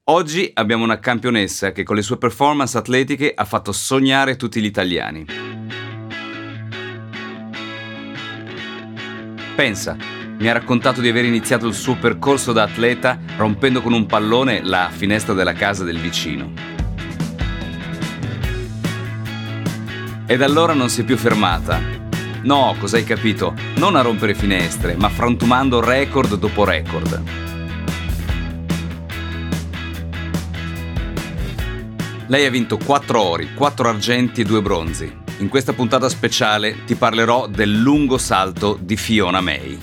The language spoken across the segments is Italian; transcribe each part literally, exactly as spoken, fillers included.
Oggi abbiamo una campionessa che con le sue performance atletiche ha fatto sognare tutti gli italiani. Pensa, mi ha raccontato di aver iniziato il suo percorso da atleta rompendo con un pallone la finestra della casa del vicino. E da allora non si è più fermata. No, cosa hai capito? Non a rompere finestre, ma frantumando record dopo record. Lei ha vinto quattro ori, quattro argenti e due bronzi. In questa puntata speciale ti parlerò del lungo salto di Fiona May.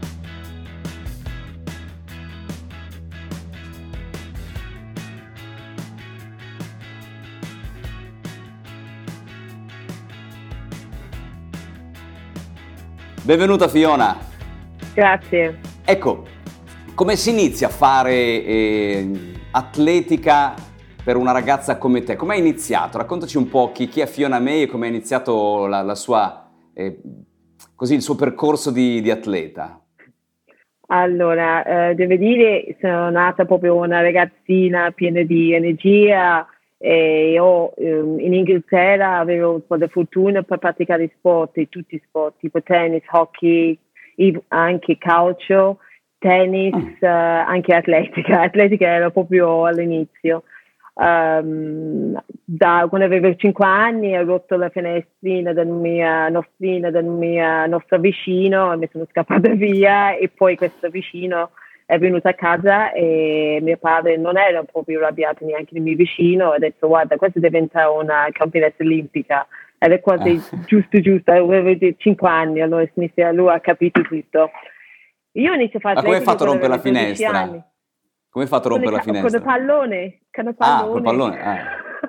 Benvenuta Fiona. Grazie. Ecco, come si inizia a fare eh, atletica per una ragazza come te? Come hai iniziato? Raccontaci un po' chi, chi è Fiona May e come ha iniziato la, la sua, eh, così, il suo percorso di, di atleta. Allora, eh, devo dire, sono nata proprio una ragazzina piena di energia e io ehm, in Inghilterra avevo un po' di fortuna per praticare sport, tutti i sport, tipo tennis, hockey, anche calcio, tennis, mm. eh, anche atletica. Atletica era proprio all'inizio. Um, da quando avevo cinque anni ho rotto la finestrina del mio nostrina del mio nostro vicino e mi sono scappata via, e poi questo vicino è venuto a casa e mio padre non era proprio arrabbiato neanche il mio vicino, ha detto: guarda, questa diventa una campionessa olimpica. Era quasi ah. giusto giusto, avevo cinque anni, allora lui ha capito tutto. Io inizio a fare ma come hai fatto a rompere la finestra? Anni. Come hai fatto a rompere con la finestra? Con il pallone. Con il pallone. Ah, col pallone. Ah.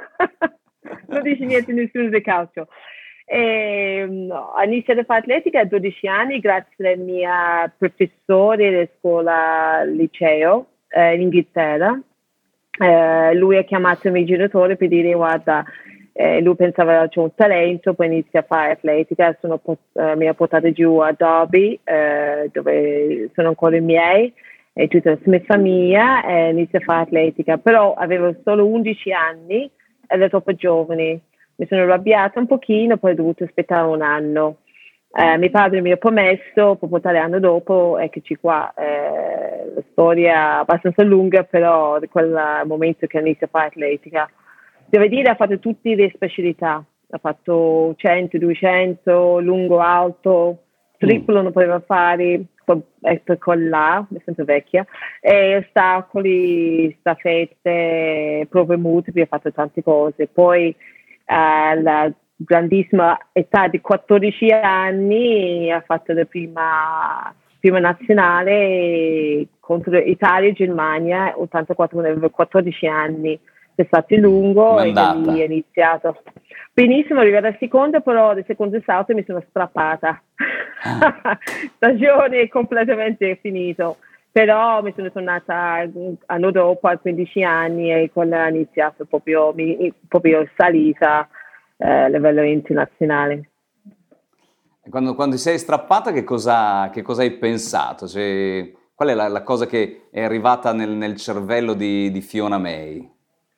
Non dice niente nessuno di calcio. E, no, ho iniziato a fare atletica a dodici anni grazie al mio professore della scuola liceo eh, in Inghilterra. Eh, lui ha chiamato i miei genitori per dire: guarda, eh, lui pensava che c'è un talento, poi inizia a fare atletica. Sono, eh, mi ha portato giù a Derby, eh, dove sono ancora i miei e tutta la mia famiglia, e inizio a fare atletica, però avevo solo undici anni, ero troppo giovane, mi sono arrabbiata un pochino, poi ho dovuto aspettare un anno. Eh, mio padre mi ha promesso, per portare l'anno dopo, eccoci qua, eh, la storia abbastanza lunga, però di quel momento che inizio a fare atletica. Devo dire, ha fatto tutte le specialità, ha fatto cento, duecento, lungo, alto, triplo mm. non poteva fare, per collare, mi sento vecchia, e ostacoli, staffette, prove multiple, ha fatto tante cose. Poi alla grandissima età di quattordici anni ha fatto la prima, prima nazionale contro Italia e Germania, ottantaquattro, avevo quattordici anni, è stato lungo e da lì è iniziato. Benissimo, arrivata al secondo, però del secondo salto mi sono strappata. Ah. Stagione completamente finito, però mi sono tornata anno dopo, a quindici anni, e quando ho iniziato proprio, mi, proprio salita eh, a livello internazionale. Quando, quando ti sei strappata, che cosa, che cosa hai pensato? Cioè, qual è la, la cosa che è arrivata nel, nel cervello di, di Fiona May?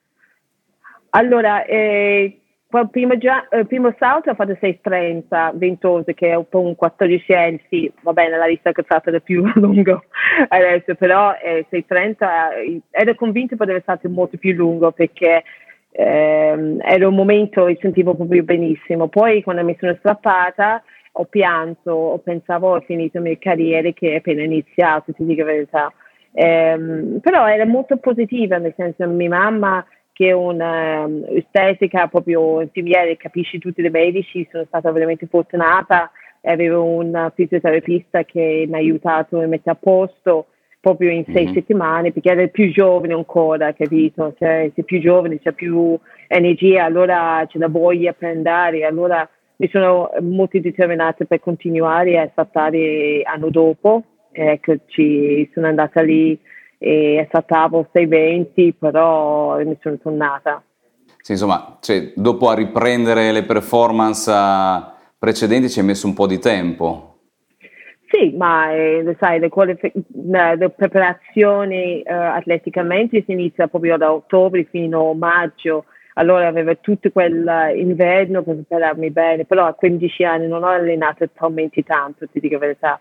Allora, eh, il primo, già, eh, primo salto ho fatto sei trenta, ventoso, che è un po' un quattordici anni, sì, va bene, la lista che ho fatto è più lungo adesso, però eh, sei trenta, eh, ero convinta che poteva essere molto più lungo, perché eh, era un momento che sentivo proprio benissimo. Poi quando mi sono strappata ho pianto, ho pensato ho finito la mia carriera, che è appena iniziato, ti dico la verità. Eh, però era molto positiva, nel senso, mia mamma, che è un'estetica um, proprio infermiere, capisce tutti i medici, sono stata veramente fortunata, avevo un fisioterapista che mi ha aiutato a mettere a posto proprio in sei mm-hmm. settimane, perché era più giovane ancora, capito? Cioè, sei più giovane, c'è più energia, allora c'è la voglia per andare, allora mi sono molto determinata per continuare a saltare anno dopo, ecco, ci sono andata lì e saltavo sei venti, però mi sono tornata. Sì, insomma, cioè, dopo a riprendere le performance precedenti ci hai messo un po' di tempo. Sì, Sì, ma eh, sai, le, qualifi- la- le preparazioni eh, atleticamente si inizia proprio da ottobre fino a maggio, allora avevo tutto quell'inverno per prepararmi bene, però a quindici anni non ho allenato talmente tanto, ti dico la verità.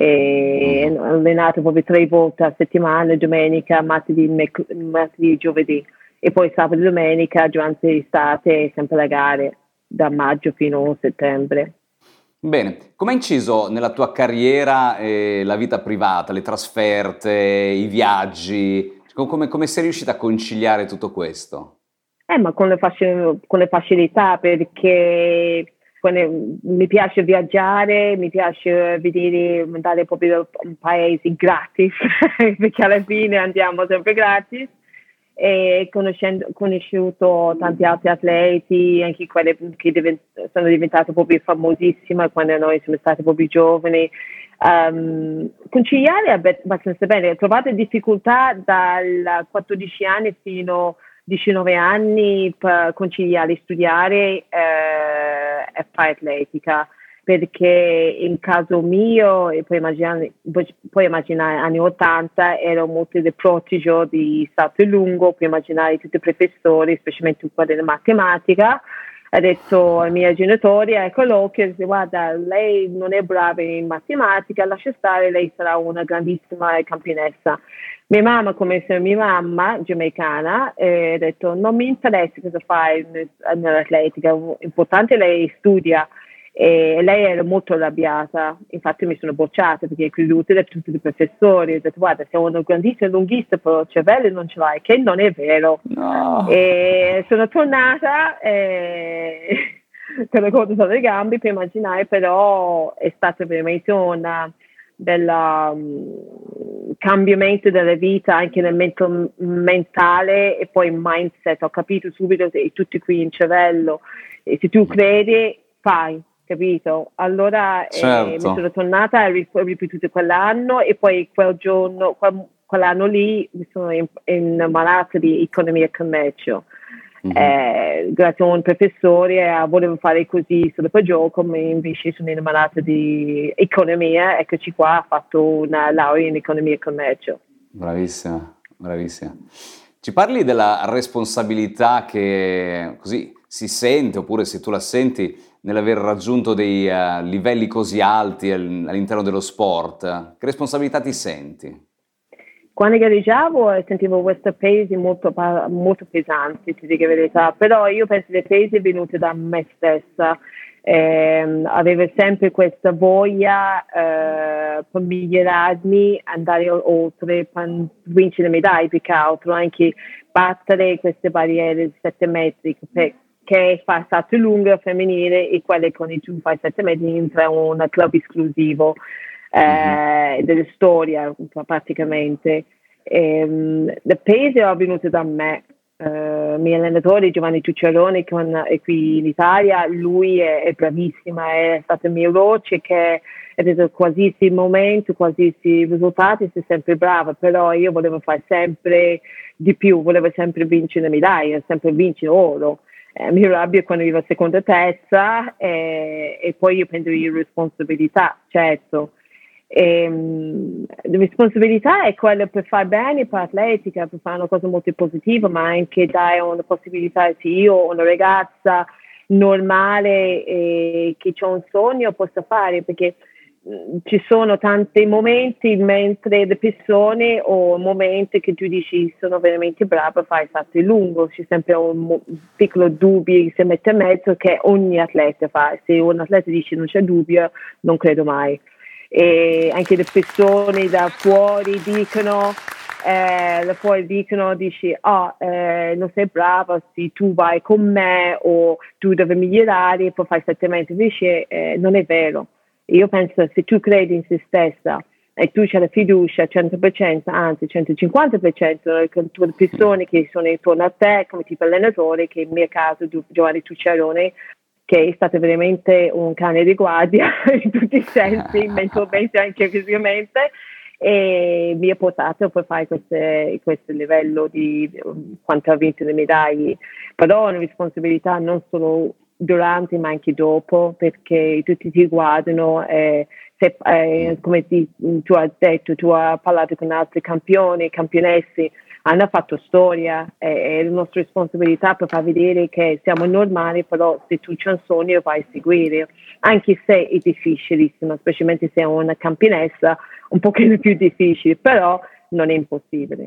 E Mhm. ho allenato proprio tre volte a settimana, domenica, martedì, merc- martedì, giovedì e poi sabato e domenica durante l'estate sempre le gare da maggio fino a settembre. Bene, come ha inciso nella tua carriera eh, la vita privata, le trasferte, i viaggi? Co- Come, come sei riuscita a conciliare tutto questo? Eh, ma con le, faci- con le facilità perché quando- mi piace viaggiare, mi piace vedere, andare proprio in paesi gratis, perché alla fine andiamo sempre gratis. E conoscendo, ho conosciuto tanti altri atleti, anche quelli che divent- sono diventati proprio famosissimi quando noi siamo stati proprio giovani. Um, conciliare è abbe- abbastanza bene, ho trovato difficoltà dal quattordici anni fino a diciannove anni per conciliare studiare eh, e fare atletica perché in caso mio, e puoi immaginare, puoi immaginare anni ottanta, ero molto del prodigio di salto lungo, puoi immaginare tutti i professori, specialmente quelli di matematica, ha detto ai miei genitori, ecco l'occhio, guarda, lei non è brava in matematica, lascia stare, lei sarà una grandissima campionessa. Mia mamma, come se mia mamma, giamaicana, eh, ha detto non mi interessa cosa fai nell'atletica, l'importante è lei studia. E lei era molto arrabbiata, infatti mi sono bocciata perché è creduta da tutti i professori, ho detto guarda sei una grandissima lunghista però il cervello non ce l'hai, che non è vero. No. E sono tornata e con le cose sulle gambe per immaginare, però è stato veramente un bel um, cambiamento della vita anche nel mento- mentale e poi mindset, ho capito subito che è tutto qui in cervello e se tu credi fai, capito? Allora eh, mi sono Certo. tornata e ho ripetuto quell'anno e poi quel giorno, quel, quell'anno lì mi sono innamorata di economia e commercio. Mhm. Eh, grazie a un professore eh, volevo fare così solo per gioco, ma invece sono innamorata di economia, eccoci qua, ho fatto una laurea in economia e commercio. Bravissima, bravissima. Ci parli della responsabilità che così si sente, oppure se tu la senti, nell'aver raggiunto dei eh, livelli così alti al- all'interno dello sport? Che responsabilità ti senti? Quando gareggiavo eh, sentivo questi pesi molto, pa- molto pesanti, ti dico la verità, però io penso che i pesi venuti da me stessa. Ehm, avevo sempre questa voglia eh, per migliorarmi, andare o- oltre, per vincere medaglie più che altro, anche battere queste barriere di sette metri che, che fa salto lungo femminile e quelle con i tu fai sette metri entra in un club esclusivo Mhm. eh, della storia praticamente. Ehm, le pese è venuto da me. Uh, mio allenatore Giovanni Ciucciarone con, è qui in Italia, lui è, è bravissimo, è stato il mio coach che ha detto qualsiasi momento, qualsiasi risultato sei sempre brava, però io volevo fare sempre di più, volevo sempre vincere medaglie, sempre vincere oro. Eh, mi arrabbio quando io ero seconda e terza e, e poi io prendo le responsabilità, certo. E, mh, la responsabilità è quella per fare bene per atletica, per fare una cosa molto positiva, ma anche dare una possibilità, se io una ragazza normale eh, che ha un sogno possa fare, perché mh, ci sono tanti momenti mentre le persone o momenti che tu dici sono veramente brava a fare salto lungo, c'è sempre un, mo- un piccolo dubbio che si mette in mezzo che ogni atleta fa, se un atleta dice non c'è dubbio non credo mai. E anche le persone da fuori dicono, eh, da fuori dicono, dici, oh, eh, non sei brava, se tu vai con me o tu devi migliorare, poi fai sette mesi, invece eh, non è vero. Io penso che se tu credi in se stessa e tu c'hai la fiducia al cento per cento, anzi centocinquanta per cento con tutte le persone che sono intorno a te, come tipo allenatore, che in mio caso Giovanni Tucciarone, che è stato veramente un cane di guardia in tutti i sensi, mentalmente e anche fisicamente, e mi ha portato per fare queste, questo livello di um, quanto ha vinto le medaglie. Però è una responsabilità non solo durante ma anche dopo, perché tutti ti guardano, eh, se, eh, come ti, tu hai detto, tu hai parlato con altri campioni, campionesse, hanno fatto storia, eh, è la nostra responsabilità per far vedere che siamo normali, però se tu c'è un sogno vai a seguire, anche se è difficilissimo, specialmente se è una campionessa, un pochino più difficile, però non è impossibile.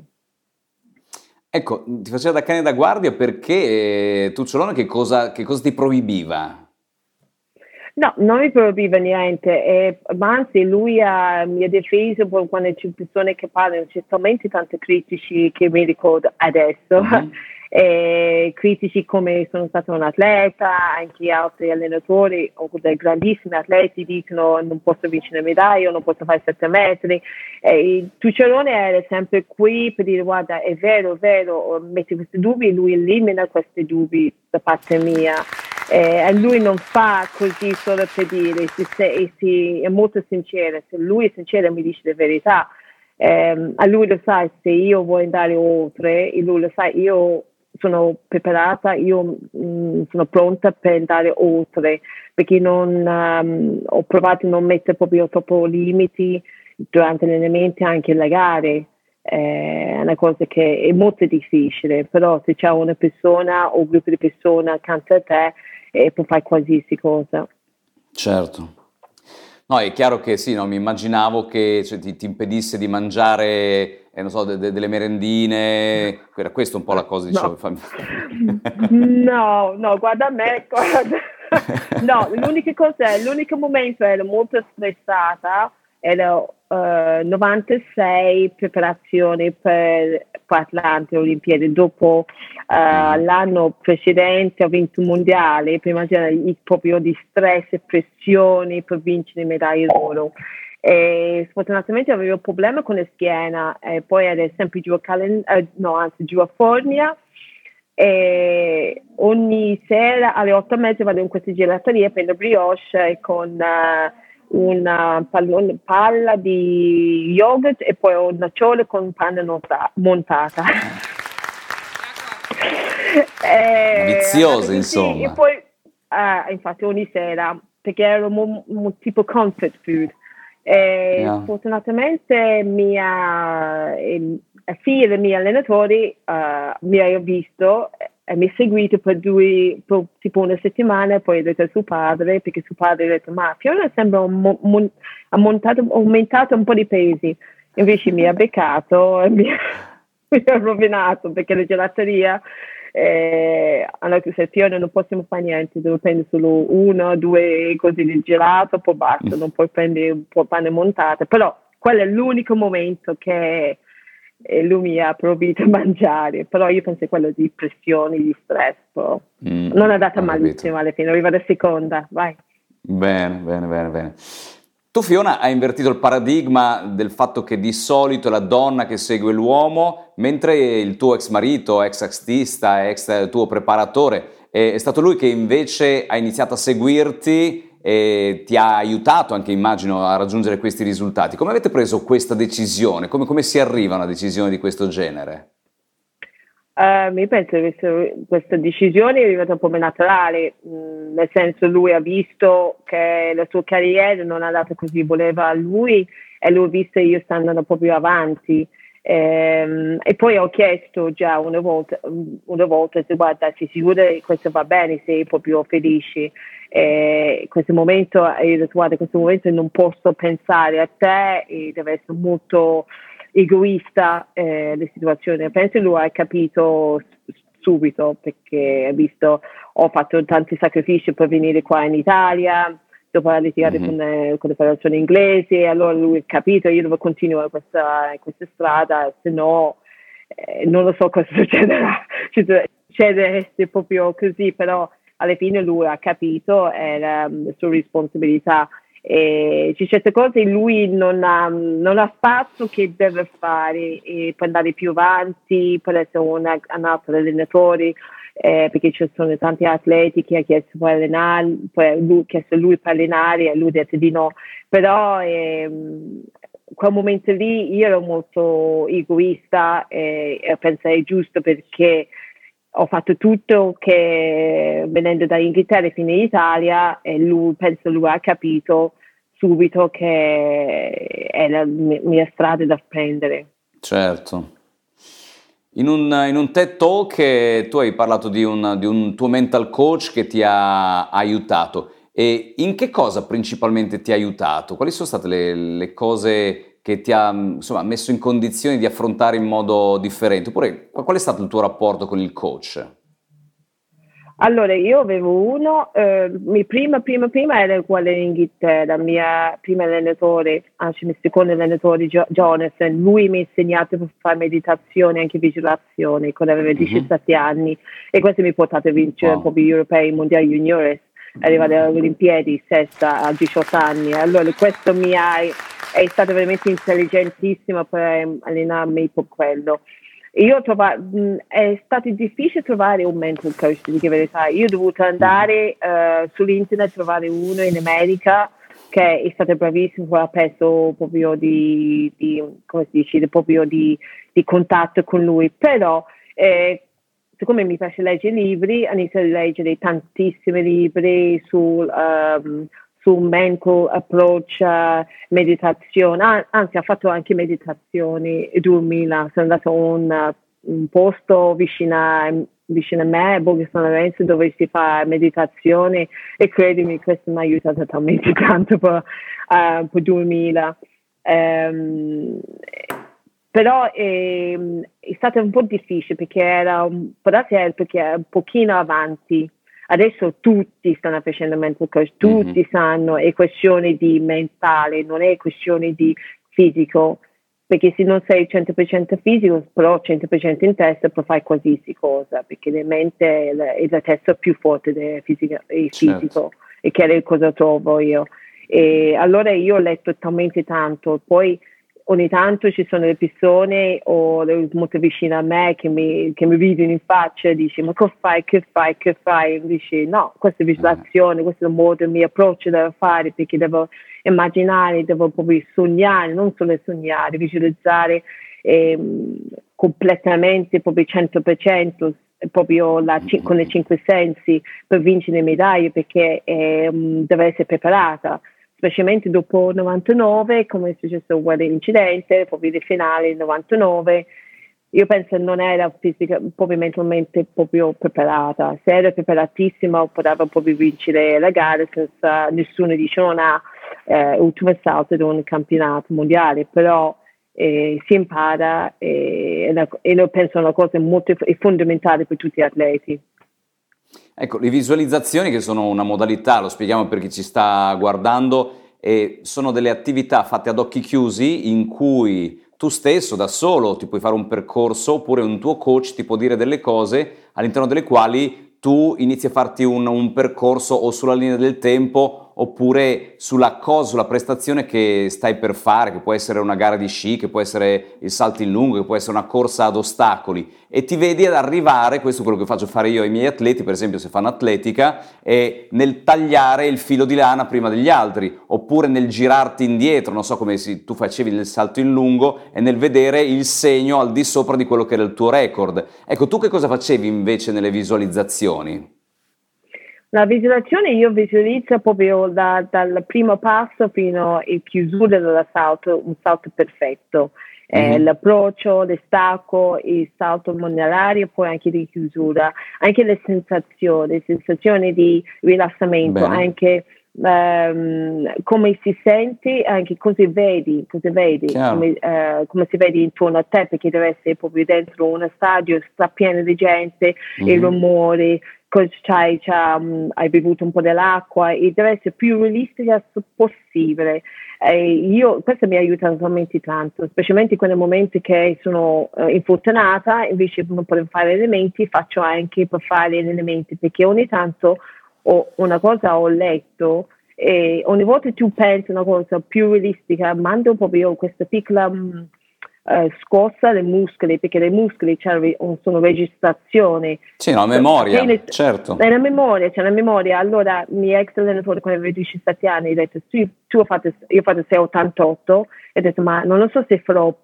Ecco, ti faceva da cane da guardia perché eh, Tucciolone che cosa, che cosa ti proibiva? No, non mi proibiva niente, eh, ma anzi lui ha, mi ha difeso quando c'è persone che parlano, c'è talmente tanti critici che mi ricordo adesso, Mhm. eh, critici come sono stato un atleta, anche altri allenatori o dei grandissimi atleti dicono non posso vincere medaglia, non posso fare sette metri, eh, Tucciolone era sempre qui per dire guarda è vero, è vero, metti questi dubbi, lui elimina questi dubbi da parte mia. Eh, lui non fa così solo per dire, si, si, si, è molto sincero, se lui è sincero mi dice la verità, eh, a lui lo sa, se io voglio andare oltre, lui lo sa, io sono preparata, io mh, sono pronta per andare oltre, perché non, um, ho provato a non mettere proprio troppo limiti durante gli allenamenti, anche le gare. È una cosa che è molto difficile, però se c'è una persona o un gruppo di persone accanto a te eh, può fare qualsiasi cosa. Certo. No, è chiaro che sì, no, mi immaginavo che cioè, ti, ti impedisse di mangiare, eh, non so, de- de- delle merendine, era questa un po' la cosa, dicevo. No, fammi- no, no, guarda me, guarda. No, l'unica cosa, l'unico momento ero molto stressata, era uh, novantasei preparazioni per, per Atlante Olimpiadi, dopo uh, Mhm. l'anno precedente ho vinto un mondiale, prima immaginare proprio di stress e pressioni per vincere medaglie d'oro. E sfortunatamente avevo un problema con la schiena, e poi ero sempre giù a Calen- eh, no, anzi giù a Formia, e ogni sera alle otto e mezza vado in questa gelateria, prendo brioche con uh, una pallone, palla di yogurt e poi un nocciole con panna nota- montata. E andavo Viziose, così e insomma. poi eh, infatti ogni sera perché era un, un tipo comfort food. E Yeah. sfortunatamente mia eh, figlia dei miei allenatori eh, mi ha visto e mi ha seguito per, due, per tipo una settimana, poi ha detto a suo padre, perché suo padre ha detto ma Fiona sembra un, mon, ha montato, aumentato un po' di pesi, invece mi ha beccato e mi, mi ha rovinato perché la gelateria eh, hanno detto Fiona non possiamo fare niente, devo prendere solo uno, due così di gelato, poi basta, non puoi prendere un po' pane montata, però quello è l'unico momento che e lui mi ha proibito a mangiare, però io penso quello di pressione, di stress, però. Mm, Non è andata ho capito. malissimo alla fine, arriva la seconda, vai. Bene, bene, bene, bene. Tu, Fiona, hai invertito il paradigma del fatto che di solito è la donna che segue l'uomo, mentre il tuo ex marito, ex axista, ex tuo preparatore, è, è stato lui che invece ha iniziato a seguirti e ti ha aiutato anche, immagino, a raggiungere questi risultati. Come avete preso questa decisione? Come, come si arriva a una decisione di questo genere? Uh, mi penso che questa, questa decisione è arrivata un po' naturale, mh, nel senso lui ha visto che la sua carriera non è andata così, voleva lui e lui ha visto che io sto andando proprio avanti. Ehm, e poi ho chiesto già una volta, una volta se guarda, sei sicura che questo va bene, sei proprio felice. E in questo momento, io ho detto, guarda, in questo momento non posso pensare a te e deve essere molto egoista eh, la situazione. Penso che lui ha capito subito perché ha visto ho fatto tanti sacrifici per venire qua in Italia, dopo aver litigato Mhm. con, eh, con le federazioni inglesi, allora lui ha capito io devo continuare questa, questa strada, se no eh, non lo so cosa succederà, succedereste proprio così, però alla fine lui ha capito, era um, la sua responsabilità. E c'è certe cose lui non ha, non ha fatto che deve fare e per andare più avanti, per essere una, un altro allenatore, eh, perché ci sono tanti atleti che ha chiesto per allenare, poi lui ha chiesto lui per allenare e lui ha detto di no, però ehm, quel momento lì io ero molto egoista e, e pensai giusto perché ho fatto tutto che venendo da Inghilterra fino in Italia, e lui, penso lui ha capito subito che è la mia strada da prendere. Certo. In un, in un TED Talk eh, tu hai parlato di un, di un tuo mental coach che ti ha aiutato. E in che cosa principalmente ti ha aiutato? Quali sono state le, le cose che ti ha, insomma, messo in condizioni di affrontare in modo differente? Oppure qual è stato il tuo rapporto con il coach? Allora, io avevo uno, eh, mi prima, prima, prima era uguale in Inghilterra, mia prima allenatore, anzi mio secondo allenatore Jo- Jonathan, lui mi ha insegnato a fare meditazione e anche visualizzazione quando avevo Mhm. diciassette anni, e questo mi ha portato a vincere Wow. un po' gli europei, mondiali juniores, arrivare alle Olimpiadi, sesta a diciotto anni. Allora questo mi ha, è stato veramente intelligentissimo per allenarmi per quello. Io ho trovato, mh, è stato difficile trovare un mental coach, di dire la verità. Io ho dovuto andare uh, sull'internet a trovare uno in America che è stato bravissimo, ha preso proprio di, di come si dice, proprio di, di contatto con lui. Però, eh, siccome mi piace leggere libri, ho iniziato a leggere tantissimi libri sul um, su mental approach, uh, meditazione, ah, anzi ha fatto anche meditazioni duemila, sono andato a un, uh, un posto vicino a, vicino a me, a Borgo San Lorenzo, dove si fa meditazione, e credimi, questo mi ha aiutato talmente tanto per, uh, per duemila. Um, però eh, è stato un po' difficile perché era un, perché era un pochino avanti. Adesso tutti stanno facendo mental coach, tutti Mhm. sanno, è questione di mentale, non è questione di fisico, perché se non sei cento per cento fisico, però cento per cento in testa, puoi fare qualsiasi cosa, perché la mente è la, è la testa più forte del fisico, il Certo. fisico, e che è cosa trovo io. E allora io ho letto talmente tanto, poi ogni tanto ci sono le persone o molto vicine a me che mi, che mi vedono in faccia e dicono: ma che fai, che fai, che fai? E dici: no, questa è visualizzazione, questo è il modo, il mio approccio da fare, perché devo immaginare, devo proprio sognare, non solo sognare, visualizzare ehm, completamente, proprio cento per cento, proprio la, con i cinque sensi per vincere le medaglie, perché ehm, deve essere preparata. Specialmente dopo il novantanove, come è successo quell'incidente, proprio di finale del novantanove, io penso che non era fisica, proprio mentalmente proprio preparata. Se era preparatissima, poteva proprio vincere la gara senza nessuno dice non ha eh, ultimo salto di un campionato mondiale, però eh, si impara e, e io penso è una cosa molto è fondamentale per tutti gli atleti. Ecco, le visualizzazioni, che sono una modalità, lo spieghiamo per chi ci sta guardando, e sono delle attività fatte ad occhi chiusi in cui tu stesso da solo ti puoi fare un percorso, oppure un tuo coach ti può dire delle cose all'interno delle quali tu inizi a farti un, un percorso o sulla linea del tempo oppure sulla cosa, sulla prestazione che stai per fare, che può essere una gara di sci, che può essere il salto in lungo, che può essere una corsa ad ostacoli, e ti vedi ad arrivare, questo è quello che faccio fare io ai miei atleti, per esempio se fanno atletica, è nel tagliare il filo di lana prima degli altri, oppure nel girarti indietro, non so come si, tu facevi nel salto in lungo, e nel vedere il segno al di sopra di quello che era il tuo record. Ecco, tu che cosa facevi invece nelle visualizzazioni? La visualizzazione io visualizzo proprio da, dal primo passo fino alla chiusura del salto, un salto perfetto. Eh, Mhm. L'approccio, il stacco, il salto nell'aria, poi anche di chiusura, anche le sensazioni, sensazioni di rilassamento, Bene. anche um, come si sente, anche cosa vedi, cosa vedi, Chiaro. come, uh, come si vede intorno a te, perché deve essere proprio dentro uno stadio, sta pieno di gente, Mhm. i rumori, c'hai, um, hai bevuto un po' dell'acqua, e deve essere più realistica possibile. Eh, io, questo mi aiuta veramente tanto, specialmente in quei momenti che sono uh, infortunata, invece di non poter fare elementi, faccio anche per fare gli elementi, perché ogni tanto ho una cosa ho letto, e ogni volta tu pensi una cosa più realistica, mando proprio questa piccola um, uh, scossa dei muscoli, perché i muscoli sono registrazione. Sì, una memoria, Appena, certo. è una memoria, c'è una memoria. Allora, il mio ex allenatore, quando avevo diciassette anni, ha detto: tu, tu hai fatto, io ho fatto sei ottantotto, e ho detto: ma non lo so se farò più.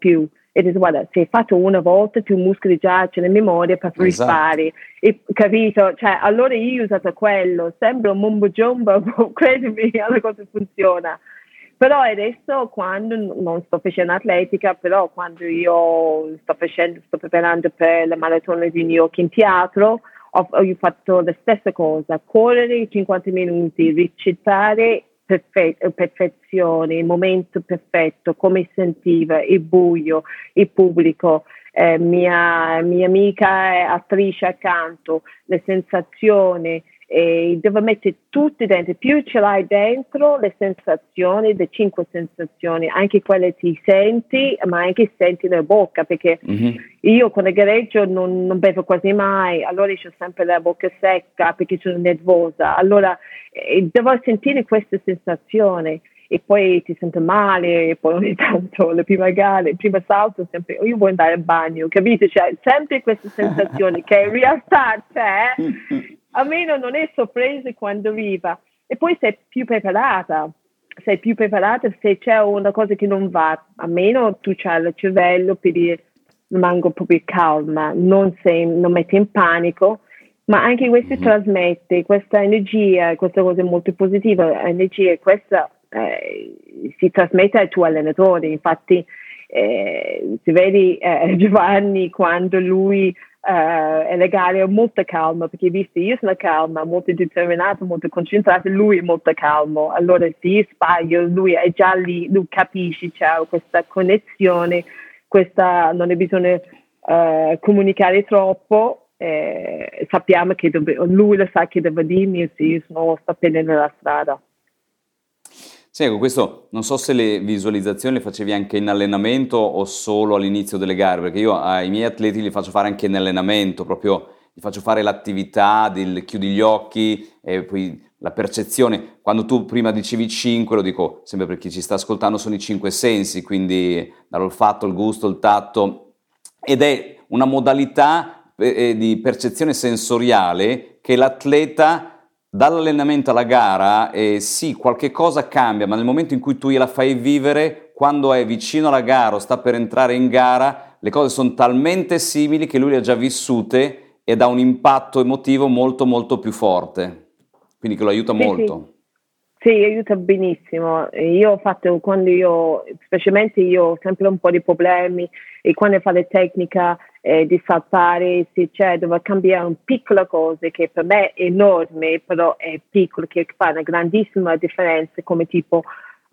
E dice, guarda, se hai fatto una volta, i tuoi muscoli già c'è nella memoria per rifare. Esatto. E, capito? Cioè, allora io ho usato quello, sembra un mumbo jumbo, credimi, alla cosa funziona. Però adesso, quando non sto facendo atletica, però quando io sto facendo, sto preparando per la maratona di New York in teatro, ho, ho fatto la stessa cosa, correre cinquanta minuti, recitare Perfe- perfezione, il momento perfetto, come sentiva, il buio, il pubblico, eh, mia, mia amica è attrice accanto, le sensazioni, e devo mettere tutte dentro, più ce l'hai dentro le sensazioni, le cinque sensazioni, anche quelle ti senti, ma anche senti nella bocca, perché mm-hmm. io quando gareggio non, non bevo quasi mai, allora ho sempre la bocca secca perché sono nervosa, allora eh, devo sentire queste sensazioni e poi ti sento male, e poi ogni tanto la prima gara, il primo salto sempre, oh, io voglio andare al bagno, capite? Cioè sempre queste sensazioni che in realtà c'è, a me non è sorpresa quando arriva, e poi sei più preparata, sei più preparata se c'è una cosa che non va, almeno tu c'hai il cervello per dire rimango proprio calma, non, sei, non metti in panico, ma anche questo mm-hmm. trasmette questa energia, questa cosa molto positiva, energia, questa eh, si trasmette ai tuoi allenatori, infatti eh, se vedi eh, Giovanni quando lui Uh, è legale, molto calmo, perché visto io sono calma, molto determinato, molto concentrato, lui è molto calmo, allora se io sbaglio lui è già lì, lui capisce, c'è questa connessione, questa non è bisogno uh, comunicare troppo, eh, sappiamo che dove, lui lo sa che deve dirmi se io sono, sto prendendo la strada. Sì, ecco, questo non so se le visualizzazioni le facevi anche in allenamento o solo all'inizio delle gare, perché io ai miei atleti li faccio fare anche in allenamento, proprio gli faccio fare l'attività del chiudi gli occhi e poi la percezione. Quando tu prima dicevi cinque, lo dico sempre per chi ci sta ascoltando, sono i cinque sensi, quindi dall'olfatto, il gusto, il tatto, ed è una modalità eh, di percezione sensoriale che l'atleta dall'allenamento alla gara, eh, sì, qualche cosa cambia, ma nel momento in cui tu gliela fai vivere, quando è vicino alla gara o sta per entrare in gara, le cose sono talmente simili che lui le ha già vissute ed ha un impatto emotivo molto molto più forte, quindi che lo aiuta sì, molto. Sì. Sì, aiuta benissimo. Io ho fatto, quando io, specialmente io ho sempre un po' di problemi, e quando fare tecnica eh, di saltare, se c'è, devo cambiare una piccola cosa che per me è enorme, però è piccola, che fa una grandissima differenza, come tipo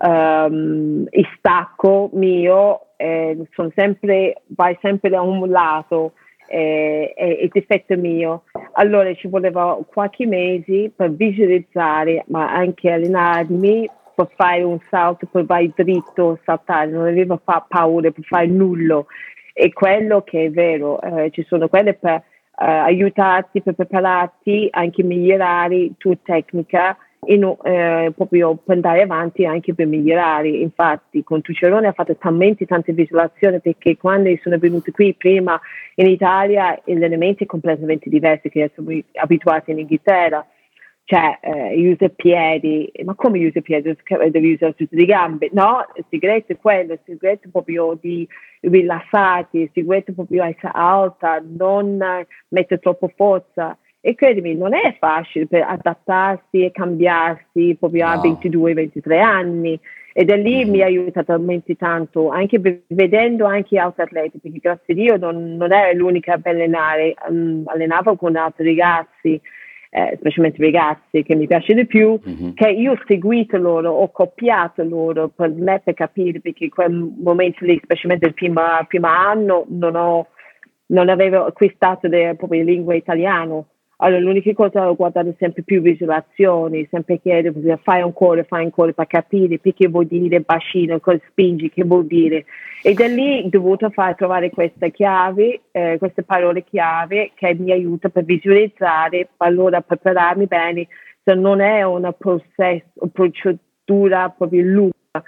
um, il stacco mio, eh, sono sempre, vai sempre da un lato, è, è, è difetto mio. Allora ci voleva qualche mese per visualizzare, ma anche allenarmi per fare un salto, poi vai dritto, saltare, non avevo fa- paura per fare nulla. E quello che è vero, eh, ci sono quelle per eh, aiutarti, per prepararti, anche migliorare tua tecnica, e no, eh, proprio per andare avanti anche per migliorare. Infatti con Tucerone ha fatto talmente tante visualizzazioni, perché quando sono venuti qui prima in Italia l'allenamento è completamente diverso che siamo abituati in Inghilterra, cioè eh, usa piedi, ma come usa piedi? Devi usare tutte le gambe? No, il segreto è quello, il segreto è proprio di rilassarti, il segreto è proprio essere alta, non mettere troppo forza. E credimi, non è facile per adattarsi e cambiarsi proprio no. a ventidue ventitré anni, e da lì mm-hmm. mi ha aiutato talmente tanto, anche per, vedendo anche altri atleti, perché grazie a Dio non, non ero l'unica a allenare, um, allenavo con altri ragazzi, eh, specialmente ragazzi che mi piace di più, mm-hmm. che io ho seguito loro, ho copiato loro per me, per capire, perché in quel momento lì, specialmente il primo, primo anno, non, ho, non avevo acquistato le proprie lingue italiane. Allora l'unica cosa, ho guardato sempre più visualizzazioni, sempre chiedo, fai ancora, fai ancora per capire perché vuol dire bacino, cosa spingi, che vuol dire. E da lì ho dovuto fare, trovare queste chiavi, eh, queste parole chiave che mi aiutano per visualizzare, allora prepararmi bene, se non è una processo, procedura proprio lunga,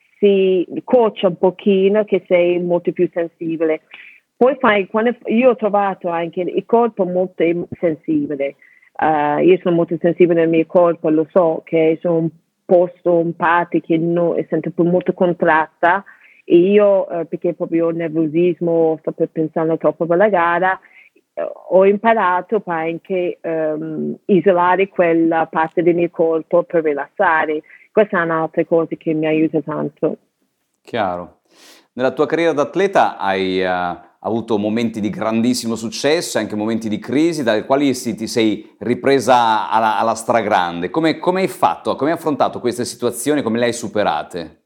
si cocia un pochino che sei molto più sensibile. Poi fai, quando io ho trovato anche il corpo molto sensibile, uh, io sono molto sensibile nel mio corpo, lo so che sono un posto, un parte che no, è sempre molto contratta, E io, eh, perché proprio il nervosismo, sto per pensando troppo per la gara, eh, ho imparato poi anche ehm, isolare quella parte del mio corpo per rilassare. Questa è un'altra cosa che mi aiuta tanto. Chiaro. Nella tua carriera da atleta hai eh, avuto momenti di grandissimo successo e anche momenti di crisi dai quali si- ti sei ripresa alla, alla stragrande. Come, come hai fatto? Come hai affrontato queste situazioni? Come le hai superate?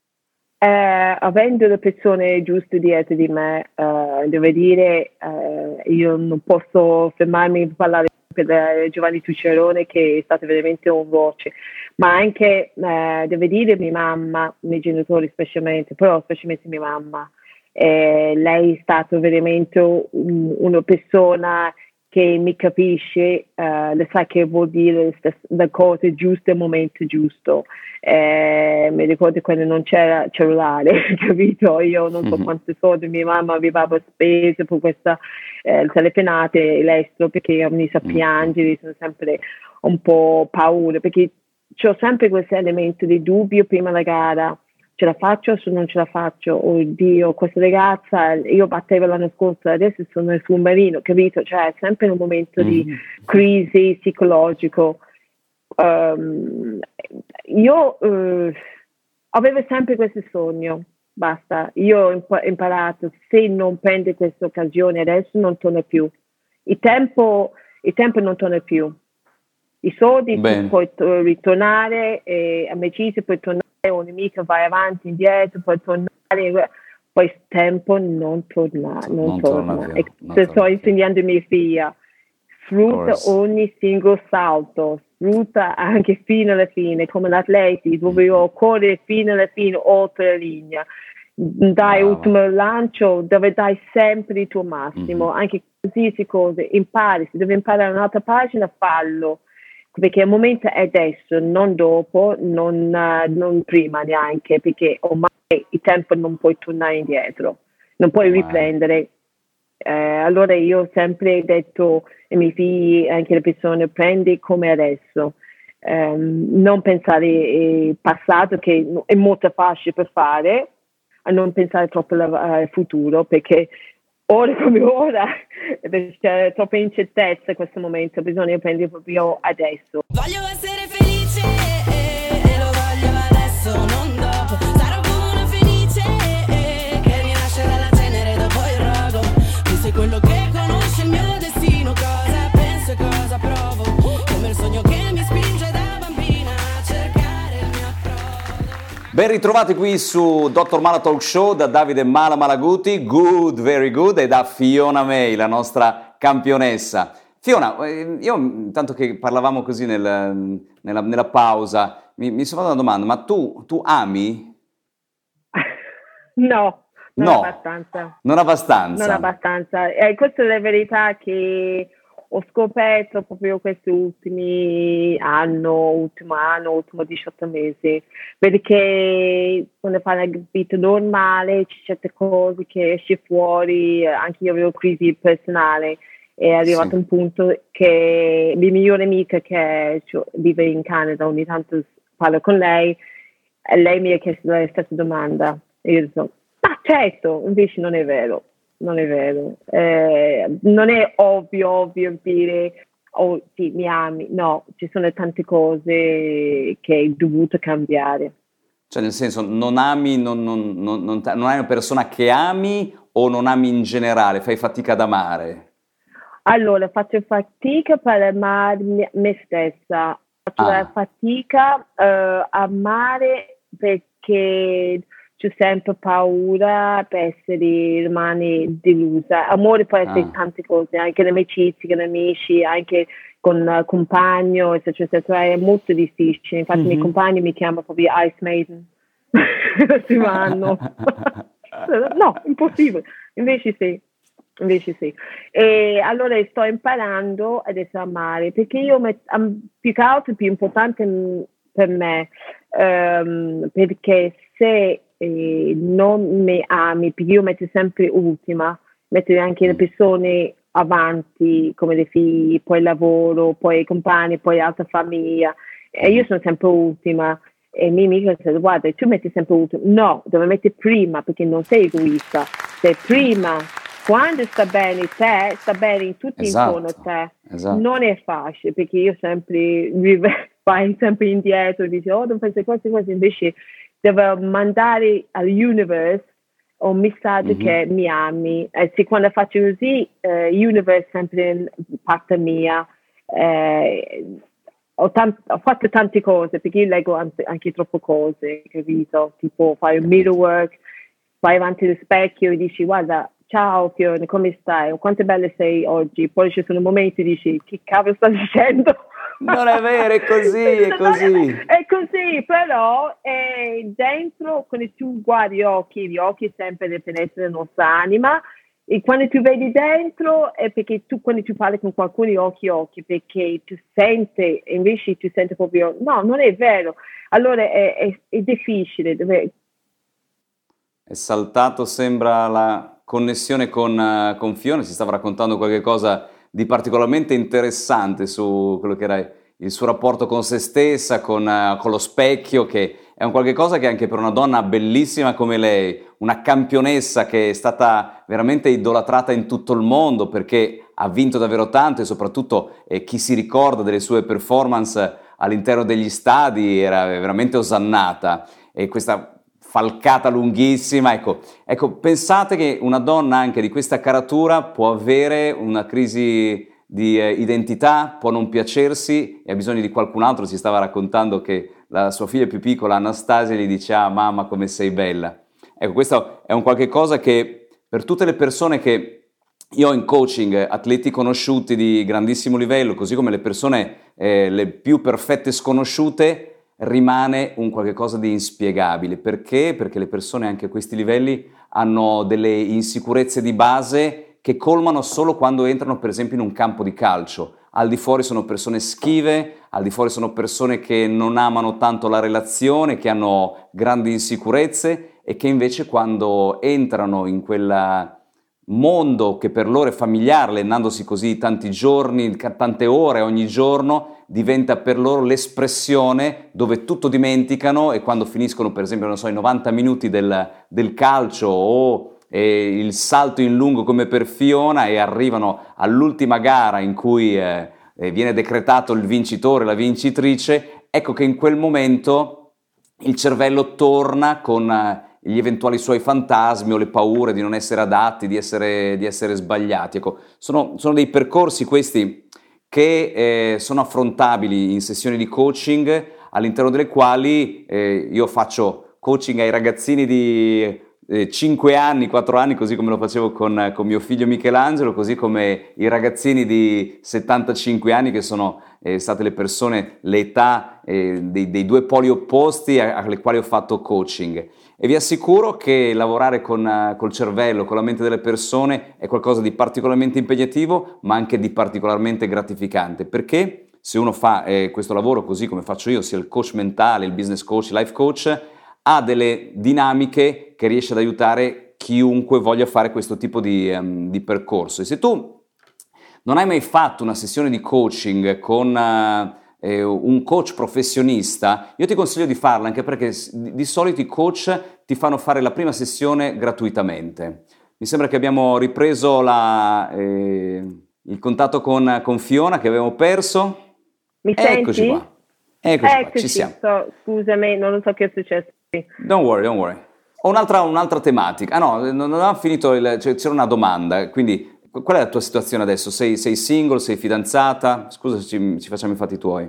Eh, avendo le persone giuste dietro di me, eh, devo dire, eh, io non posso fermarmi a parlare per eh, Giovanni Tuccerone, che è stato veramente un voce, ma anche, eh, devo dire, mia mamma, i miei genitori specialmente, però specialmente mia mamma. Eh, lei è stata veramente un- una persona che mi capisce, eh, le sa che vuol dire le, stesse- le cose giuste al momento giusto. Eh, mi ricordo quando non c'era cellulare, capito? Io non so quanti soldi mia mamma aveva speso per questa eh, telefonate all'estero, perché mi sa piangere, sono sempre un po' paura, perché c'ho sempre questo elemento di dubbio prima della gara. Ce la faccio o non ce la faccio? Oddio, questa ragazza, io battevo l'anno scorso, adesso sono nel submarino, capito? Cioè, è sempre un momento di crisi psicologico. Um, io uh, avevo sempre questo sogno, basta. Io ho imp- imparato, se non prendo questa occasione adesso non torna più. Il tempo, il tempo non torna più. I soldi Bene. puoi to- ritornare, eh, amicizie puoi tornare, un nemico vai avanti, indietro, puoi tornare, poi il tempo non torna, non, Non torna. torna più, E non se torna sto più. insegnando a mia figlia, sfrutta Course. ogni singolo salto, sfrutta anche fino alla fine, come l'atleti, dove io corro fino alla fine, oltre la linea. Dai Brava. ultimo lancio dove dai sempre il tuo massimo, Mhm. anche qualsiasi cosa, impari, se devi imparare un'altra pagina, fallo, perché il momento è adesso, non dopo, non, uh, non prima neanche, perché ormai il tempo non puoi tornare indietro, non puoi Mai. riprendere. Eh, allora io ho sempre detto ai miei figli, anche le persone, prendi come adesso, um, non pensare al passato, che è molto facile per fare, a non pensare troppo al futuro, perché ora come ora c'è troppa incertezza in questo momento, bisogna prendere proprio adesso. Voglio essere felice e lo voglio adesso, non dopo. Sarò come una felice che rinasce dalla cenere dopo il rogo. Tu sei quello che conosce il mio destino, cosa penso e cosa provo, come il sogno che mi spinge da bambina a cercare il mio approdo. Ben ritrovati qui su Dottor Mala Talk Show da Davide Mala Malaguti, good, very good, e da Fiona May, la nostra campionessa. Fiona, io intanto che parlavamo così nel, nella, nella pausa, mi, mi sono fatto una domanda, ma tu, tu ami? No, non No, abbastanza. non abbastanza. Non abbastanza. E questa è la verità che ho scoperto proprio questi ultimi anni, ultimo anno, ultimo diciotto mesi, perché quando fai una vita normale c'è certe cose che esci fuori, anche io avevo crisi personale, è arrivato Sì. un punto che la migliore amica che cioè, vive in Canada, ogni tanto parlo con lei, e lei mi ha chiesto la stessa domanda, e io ho detto, ma certo, invece non è vero. Non è vero, eh, non è ovvio, ovvio dire, oh sì, mi ami, no, ci sono tante cose che hai dovuto cambiare. Cioè nel senso, non ami, non, non, non, non, non hai una persona che ami o non ami in generale, fai fatica ad amare? Allora, faccio fatica per amare me stessa, faccio Ah. fatica uh, a amare perché c'ho sempre paura per essere rimane delusa. Amore può essere Ah. tante cose, anche le amicizie con amici, anche con uh, compagno, eccetera, eccetera. È molto difficile. Infatti Mm-hmm. i miei compagni mi chiamano proprio Ice Maiden. Si vanno. No, impossibile. Invece sì. Invece sì. E allora sto imparando adesso a amare, perché io met- am- più che altro è più importante m- per me, um, perché se eh, non mi ami, perché io metto sempre ultima, metto anche le persone avanti, come le figlie, poi il lavoro, poi i compagni, poi l'altra famiglia, e io sono sempre ultima. E mia amica ha detto, guarda, tu metti sempre ultimo. No, devi mettere prima, perché non sei egoista. Sei prima. Quando sta bene te, sta bene in tutti Esatto, intorno a te. esatto. Non è facile, perché io sempre vai sempre indietro, dici, oh, non fai queste cose, cose. Invece devo mandare all'universe un messaggio Mhm. che mi ami. E se quando faccio così, eh, l'universe è sempre in parte mia. Eh, ho, tan- ho fatto tante cose, perché io leggo anche, anche troppe cose, capito? Tipo fai un mirror work, vai avanti allo specchio e dici, guarda, ciao Fiona, come stai? Quanto bella sei oggi? Poi ci sono momenti e dici, che cavolo sta dicendo? Non è vero, è così, è Non così. È così, però è dentro, quando tu guardi gli occhi, gli occhi sempre ne penetrano la nostra anima, e quando tu vedi dentro è perché tu, quando tu parli con qualcuno, gli occhi occhi, perché tu senti, invece tu senti proprio, no, non è vero. Allora è, è, è difficile. Dove... È saltato, sembra, la connessione con, eh, con Fiona, si stava raccontando qualche cosa di particolarmente interessante su quello che era il suo rapporto con se stessa, con, eh, con lo specchio, che è un qualche cosa che anche per una donna bellissima come lei, una campionessa che è stata veramente idolatrata in tutto il mondo perché ha vinto davvero tanto e soprattutto eh, chi si ricorda delle sue performance all'interno degli stadi era veramente osannata, e questa falcata lunghissima, ecco, ecco, pensate che una donna anche di questa caratura può avere una crisi di eh, identità, può non piacersi e ha bisogno di qualcun altro. Si stava raccontando che la sua figlia più piccola, Anastasia, gli dice: ah mamma come sei bella. Ecco, questo è un qualche cosa che per tutte le persone che io ho in coaching, atleti conosciuti di grandissimo livello, così come le persone eh, le più perfette sconosciute, rimane un qualche cosa di inspiegabile. Perché? Perché le persone anche a questi livelli hanno delle insicurezze di base che colmano solo quando entrano per esempio in un campo di calcio. Al di fuori sono persone schive, al di fuori sono persone che non amano tanto la relazione, che hanno grandi insicurezze e che invece quando entrano in quel mondo che per loro è familiare, allenandosi così tanti giorni, tante ore ogni giorno, diventa per loro l'espressione dove tutto dimenticano, e quando finiscono per esempio, non so, i novanta minuti del, del calcio o e il salto in lungo come per Fiona e arrivano all'ultima gara in cui eh, viene decretato il vincitore, la vincitrice, ecco che in quel momento il cervello torna con eh, gli eventuali suoi fantasmi o le paure di non essere adatti, di essere, di essere sbagliati. Ecco, sono, sono dei percorsi questi che eh, sono affrontabili in sessioni di coaching, all'interno delle quali eh, io faccio coaching ai ragazzini di Eh, cinque anni, quattro anni, così come lo facevo con, con mio figlio Michelangelo, così come i ragazzini di settantacinque anni, che sono eh, state le persone, le età eh, dei, dei due poli opposti alle quali ho fatto coaching. E vi assicuro che lavorare con, uh, col cervello, con la mente delle persone è qualcosa di particolarmente impegnativo, ma anche di particolarmente gratificante, perché se uno fa eh, questo lavoro così come faccio io, sia il coach mentale, il business coach, il life coach, ha delle dinamiche che riesce ad aiutare chiunque voglia fare questo tipo di, um, di percorso. E se tu non hai mai fatto una sessione di coaching con uh, eh, un coach professionista, io ti consiglio di farla, anche perché di, di solito i coach ti fanno fare la prima sessione gratuitamente. Mi sembra che abbiamo ripreso la, eh, il contatto con, con Fiona che avevamo perso. Mi Eccoci senti? qua. Eccoci, Eccoci, qua, ci siamo. so, scusami, non lo so che è successo. Don't worry, don't worry. Ho un'altra, un'altra tematica. Ah no, non avevamo finito, il, cioè, c'era una domanda, quindi qual è la tua situazione adesso? Sei, sei single, sei fidanzata? Scusa se ci, ci facciamo i fatti tuoi.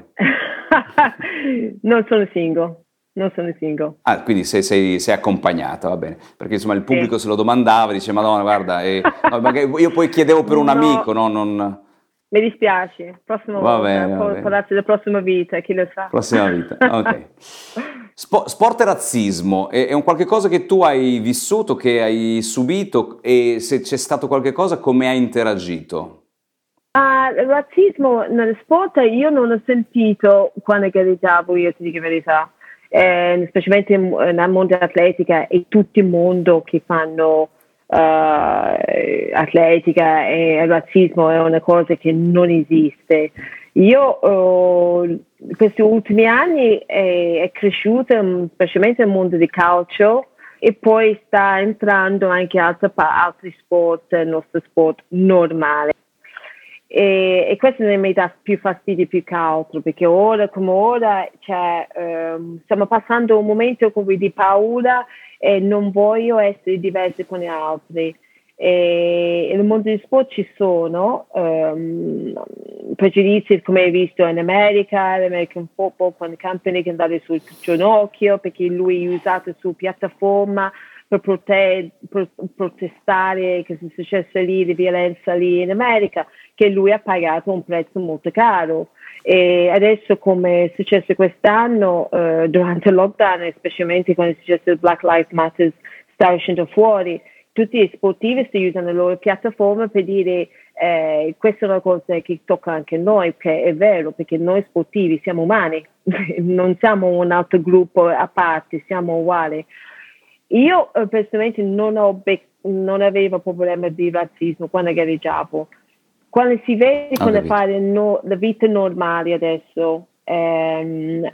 Non sono single, non sono single. Ah, quindi sei, sei, sei accompagnata, va bene. Perché insomma il pubblico sì. Se lo domandava, dice Madonna, guarda, eh, no, magari io poi chiedevo per un no. amico, no? Non... Mi dispiace, prossima va volta, bene, può parlarsi della prossima vita, chi lo sa. Prossima vita, ok. Sp- sport e razzismo, è, è un qualche cosa che tu hai vissuto, che hai subito, e se c'è stato qualche cosa, come hai interagito? Uh, il razzismo nello sport io non ho sentito quando gareggiavo, io ti dico la verità, eh, specialmente nel mondo dell'atletica e tutto il mondo che fanno Uh, atletica, e il razzismo è una cosa che non esiste. Io eh, in questi ultimi anni è, è cresciuta mm, specialmente nel mondo di calcio e poi sta entrando anche altri, altri sport, il nostro sport normale. E, e questo mi dà più fastidio più che altro, perché ora come ora cioè, ehm, stiamo passando un momento come di paura e non voglio essere diversi con gli altri. E nel mondo di sport ci sono ehm, pregiudizi, come hai visto in America, l'American Football, quando Kaepernick è andato sul ginocchio perché lui è usato su piattaforma per, prote- per protestare che sia successo lì di violenza lì in America, che lui ha pagato un prezzo molto caro. E adesso, come è successo quest'anno eh, durante il lockdown, specialmente quando è successo il Black Lives Matter, sta uscendo fuori, tutti gli sportivi si usano le loro piattaforme per dire eh, questa è una cosa che tocca anche noi, che è vero, perché noi sportivi siamo umani, non siamo un altro gruppo a parte, siamo uguali. Io eh, personalmente non, ho bec- non avevo problemi di razzismo quando gareggiavo. Quando si vede come fare no, la vita normale adesso, ehm,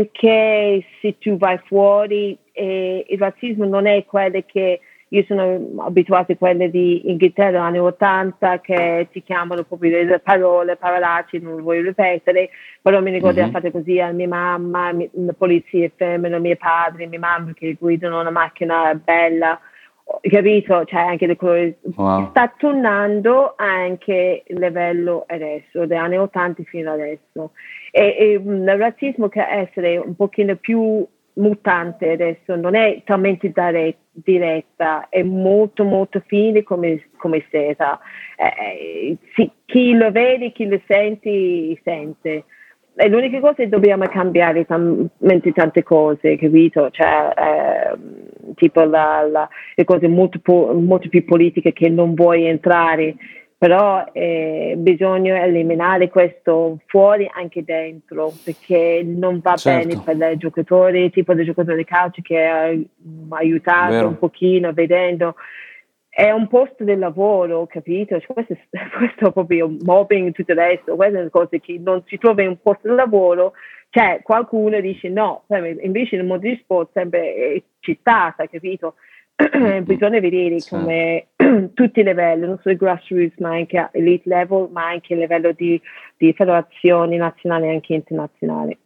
anche se tu vai fuori, eh, il razzismo non è quello che io sono abituata a quelle di Inghilterra anni ottanta che ti chiamano proprio le parole, parolacce, non voglio ripetere, però mi ricordo mm-hmm. di fare così a mia mamma, la polizia femmina, mio padre, mia mamma che guidano una macchina bella, capito? Cioè anche le colori. Wow. Sta tornando anche il livello adesso, dagli anni ottanta fino adesso. E, e il razzismo che essere un pochino più mutante adesso, non è talmente diretta, è molto molto fine come, come seta. Eh, sì, chi lo vede, chi lo sente, sente. E l'unica cosa è che dobbiamo cambiare talmente tante cose, capito? Cioè, eh, tipo la, la, le cose molto, molto più politiche che non vuoi entrare, però eh, bisogna eliminare questo fuori anche dentro, perché non va certo. bene per i giocatori, tipo di giocatore di calcio che ha aiutato Vero. un pochino vedendo. È un posto di lavoro, capito? Cioè, questo, questo è proprio mobbing e tutto il resto, queste sono cose che non si trova in un posto di lavoro, cioè qualcuno dice no, invece nel mondo di sport sempre è citata, capito? Bisogna vedere sì. come tutti i livelli, non solo grassroots ma anche elite level, ma anche a livello di, di federazioni nazionali e anche internazionali.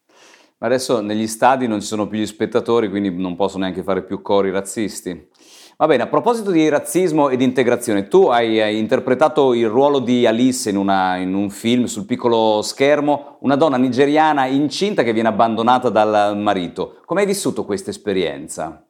Ma adesso negli stadi non ci sono più gli spettatori, quindi non possono neanche fare più cori razzisti. Va bene, a proposito di razzismo e di integrazione, tu hai, hai interpretato il ruolo di Alice in, una, in un film sul piccolo schermo, una donna nigeriana incinta che viene abbandonata dal marito. Come hai vissuto questa esperienza?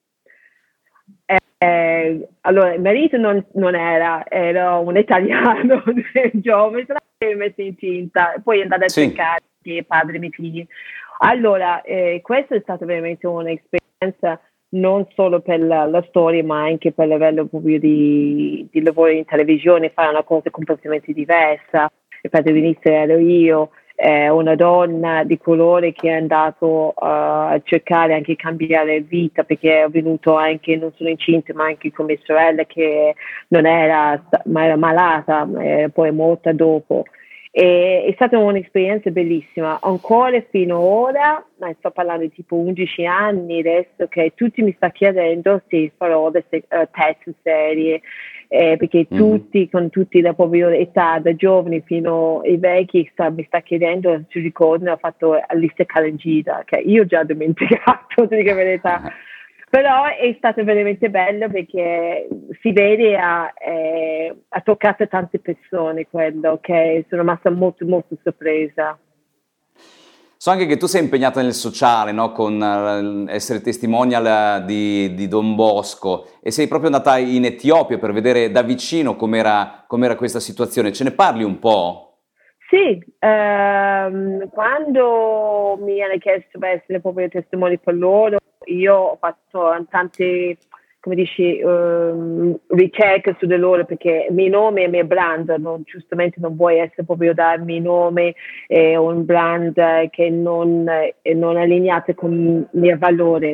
Eh, allora, il marito non, non era, era un italiano, geometra, che mi messo incinta, poi è andata a sì. cercare i padri e i miei figli. Allora, eh, questa è stata veramente un'esperienza non solo per la, la storia, ma anche per il livello proprio di, di lavoro in televisione, fare una cosa completamente diversa. Il padre all'inizio ero io, eh, una donna di colore che è andato uh, a cercare anche di cambiare vita, perché è venuto anche non solo incinta, ma anche con mia sorella che non era, ma era malata, eh, poi è morta dopo. E, è stata un'esperienza bellissima, ancora fino ad ora, ma sto parlando di tipo undici anni adesso, che tutti mi sta chiedendo se farò le uh, test serie, eh, perché mm-hmm. tutti, con tutti la propria età, da giovani fino ai vecchi, sta, mi sta chiedendo, si ricordano, ho fatto la lista Calangida, che io ho già dimenticato, di dire la verità. Però è stato veramente bello perché si vede, ha, eh, ha toccato tante persone quello, che sono rimasta molto molto sorpresa. So anche che tu sei impegnata nel sociale, no? Con uh, essere testimonial di, di Don Bosco, e sei proprio andata in Etiopia per vedere da vicino com'era, com'era questa situazione. Ce ne parli un po'? Sì, ehm, quando mi hanno chiesto per essere proprio testimone per loro, io ho fatto tante, come dici, um, ricerche su di loro, perché il mio nome è il mio brand, non, giustamente non vuoi essere proprio darmi nome, è un brand che non è non allineato con il mio valore.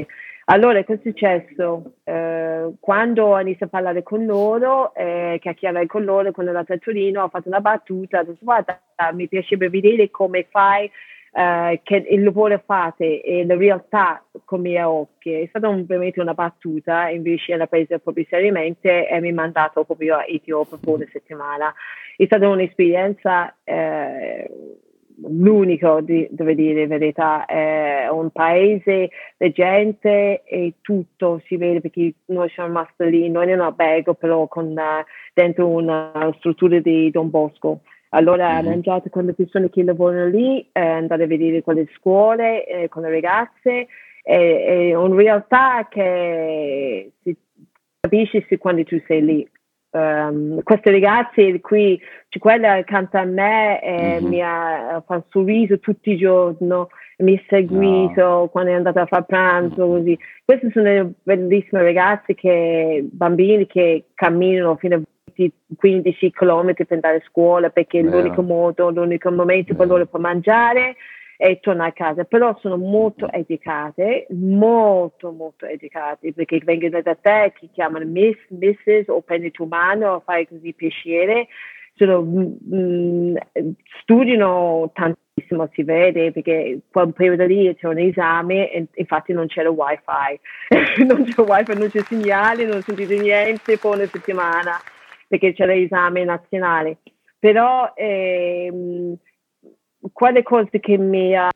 Allora, cosa è successo? Eh, quando ho iniziato a parlare con loro, eh, chiacchierare con loro, quando ero a Torino, ho fatto una battuta, ho detto, guarda, mi piacerebbe vedere come fai, eh, che il lavoro fate e la realtà con i miei occhi. È stata un, veramente una battuta, invece l'ha presa proprio seriamente e mi ha mandato proprio a Etiopia per una settimana. È stata un'esperienza... Eh, l'unico, di, devo dire la verità, è un paese, la gente e tutto si vede, perché noi siamo rimasti lì, non in un albergo, però con, uh, dentro una struttura di Don Bosco. Allora Mhm. ho mangiato con le persone che lavorano lì, eh, andare a vedere con le scuole, eh, con le ragazze, è, è una realtà che si capisce quando tu sei lì. Um, questi ragazzi qui, cioè quella accanto a me eh, Mhm. mi ha fatto un sorriso tutti i giorni, mi ha seguito No. quando è andata a fare pranzo, così. Questi sono bellissimi ragazzi, che, bambini che camminano fino a venti quindici chilometri per andare a scuola, perché è l'unico Vero, modo, l'unico momento per vero. loro per mangiare e tornare a casa. Però sono molto educate, molto molto educate, perché vengono da te, ti chiamano Miss, missus o prendi tu mano, fai così piacere. Sono, mm, studiano tantissimo, si vede, perché quel periodo lì c'è un esame e infatti non c'era wifi, non c'è wifi, non c'è segnale, non ho sentito niente per una settimana, perché c'era l'esame nazionale. Però ehm, quelle cose che mi ha,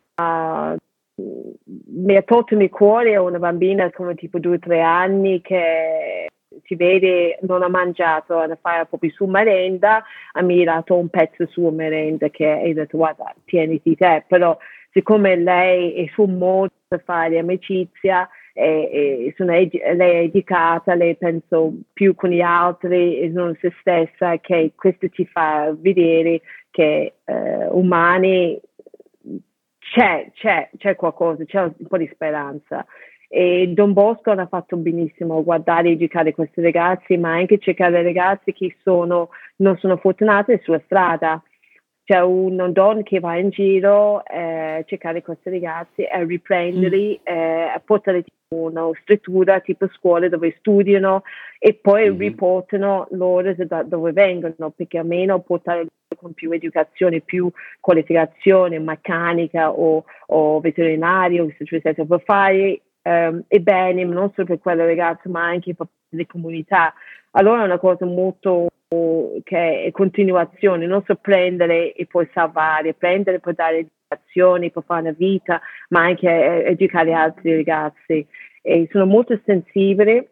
mi ha tolto il cuore è una bambina come tipo due o tre anni che si vede non ha mangiato, ha fatto proprio su merenda, ha mirato un pezzo su merenda che ha detto guarda tieniti te, però siccome lei è su modo per fare amicizia, e, e sono, lei è educata, lei penso più con gli altri e non se stessa, che questo ci fa vedere che eh, umani c'è, c'è, c'è qualcosa, c'è un po' di speranza. E Don Bosco ha fatto benissimo guardare e educare questi ragazzi, ma anche cercare ragazzi che sono, non sono fortunati sulla strada. C'è una donna che va in giro a eh, cercare questi ragazzi e riprenderli, eh, a portare una struttura tipo scuole dove studiano e poi Mhm. riportano loro da dove vengono, perché almeno portare con più educazione, più qualificazione meccanica o, o veterinario, cioè, per fare um, e bene, non solo per quelle ragazze ma anche per le comunità. Allora è una cosa molto che è continuazione, non so prendere e poi salvare, prendere per dare educazione, per fare una vita, ma anche educare altri ragazzi. E sono molto sensibile,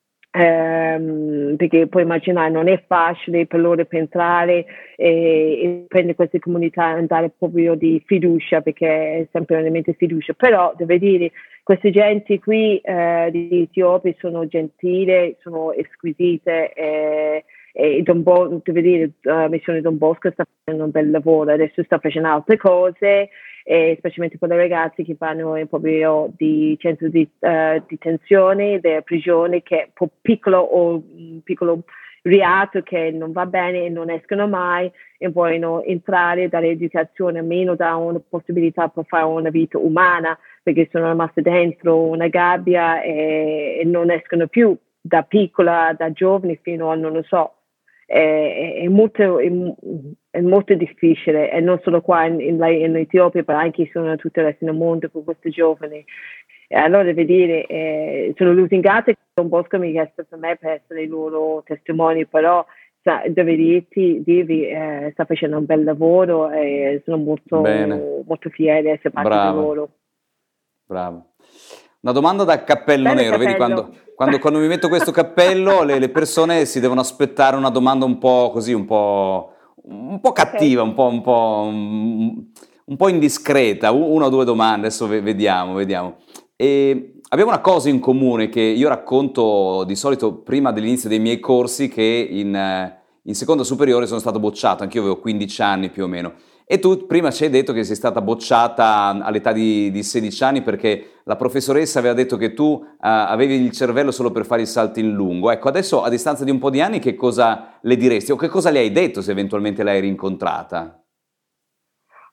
ehm, perché puoi immaginare non è facile per loro per entrare e, e prendere queste comunità e andare proprio di fiducia, perché è sempre un elemento di fiducia, però devo dire queste genti qui eh, di Etiopia sono gentili, sono squisite eh, e Don Bosco, devo dire, la uh, missione Don Bosco sta facendo un bel lavoro, adesso sta facendo altre cose, eh, specialmente per i ragazzi che vanno in proprio di centro di uh, detenzione, della prigione, che è un piccolo o un piccolo reato che non va bene e non escono mai e vogliono entrare, dare educazione, almeno da una possibilità per fare una vita umana, perché sono rimasti dentro una gabbia e, e non escono più da piccola, da giovani fino a non lo so. È, è, molto, è, è molto difficile e non solo qua in, in, in Etiopia, ma anche in tutto il resto del mondo per questi giovani. E allora devo dire, eh, sono lusingate che Don Bosco mi ha chiesto per me per essere i loro testimoni, però sa, devo dirti, dirvi, eh, sta facendo un bel lavoro e sono molto, molto fiera di essere parte di loro. Bravo. Una domanda da cappello Bello nero, cappello. Vedi quando, quando, quando mi metto questo cappello le, le persone si devono aspettare una domanda un po' così, un po', un po' cattiva, okay. un, po', un, po', un, un po' indiscreta, una o due domande, adesso vediamo, vediamo. E abbiamo una cosa in comune che io racconto di solito prima dell'inizio dei miei corsi, che in, in seconda superiore sono stato bocciato, anch'io avevo quindici anni più o meno. E tu prima ci hai detto che sei stata bocciata all'età di, di sedici anni perché la professoressa aveva detto che tu uh, avevi il cervello solo per fare il salto in lungo. Ecco, adesso a distanza di un po' di anni che cosa le diresti o che cosa le hai detto se eventualmente l'hai rincontrata?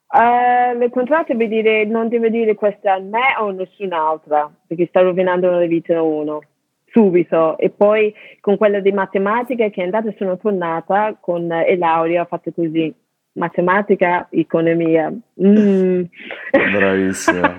Uh, il contratto deve dire, non deve dire questa a me o a nessun'altra, perché sta rovinando la vita a uno, subito. E poi con quella di matematica che è andata, sono tornata con eh, laurea, ho fatto così, matematica, economia. Mm. Bravissima.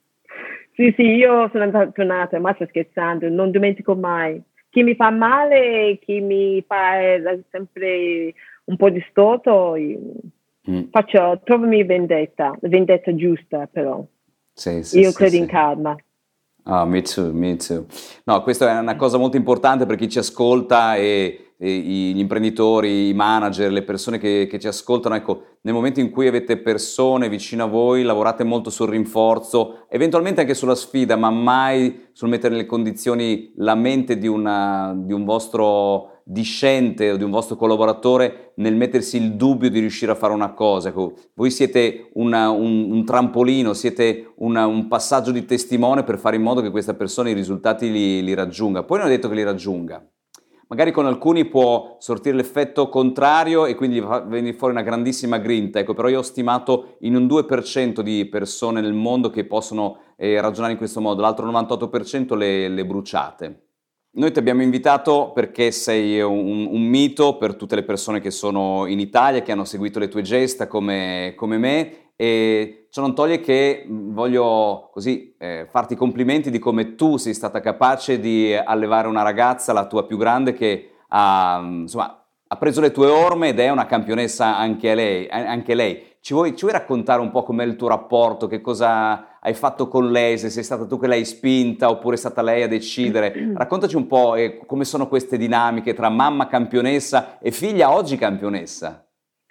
Sì, sì, io sono andata, tornata, ma sto scherzando, non dimentico mai. Chi mi fa male, chi mi fa eh, sempre un po' di storto, io Mm. faccio, trovami vendetta, vendetta giusta però. Sì, sì, Io sì, credo sì. in karma. Ah, me too, me too. No, questa è una cosa molto importante per chi ci ascolta e, e i- gli imprenditori, i manager, le persone che, che ci ascoltano. Ecco, nel momento in cui avete persone vicino a voi, lavorate molto sul rinforzo, eventualmente anche sulla sfida, ma mai sul mettere nelle condizioni la mente di, una, di un vostro discente o di un vostro collaboratore nel mettersi il dubbio di riuscire a fare una cosa. Ecco, voi siete una- un, un trampolino, siete una- un passaggio di testimone per fare in modo che questa persona i risultati li, li raggiunga. Poi non è detto che li raggiunga. Magari con alcuni può sortire l'effetto contrario e quindi fa venire fuori una grandissima grinta. Ecco, però io ho stimato in un due per cento di persone nel mondo che possono eh, ragionare in questo modo, l'altro novantotto per cento le, le bruciate. Noi ti abbiamo invitato perché sei un, un mito per tutte le persone che sono in Italia, che hanno seguito le tue gesta come, come me, e ciò non toglie che mh, voglio così eh, farti i complimenti di come tu sei stata capace di allevare una ragazza, la tua più grande, che ha, mh, insomma, ha preso le tue orme ed è una campionessa anche lei. Anche lei. Ci vuoi, ci vuoi raccontare un po' com'è il tuo rapporto, che cosa hai fatto con lei, se sei stata tu che l'hai spinta oppure è stata lei a decidere? Raccontaci un po' eh, come sono queste dinamiche tra mamma campionessa e figlia oggi campionessa.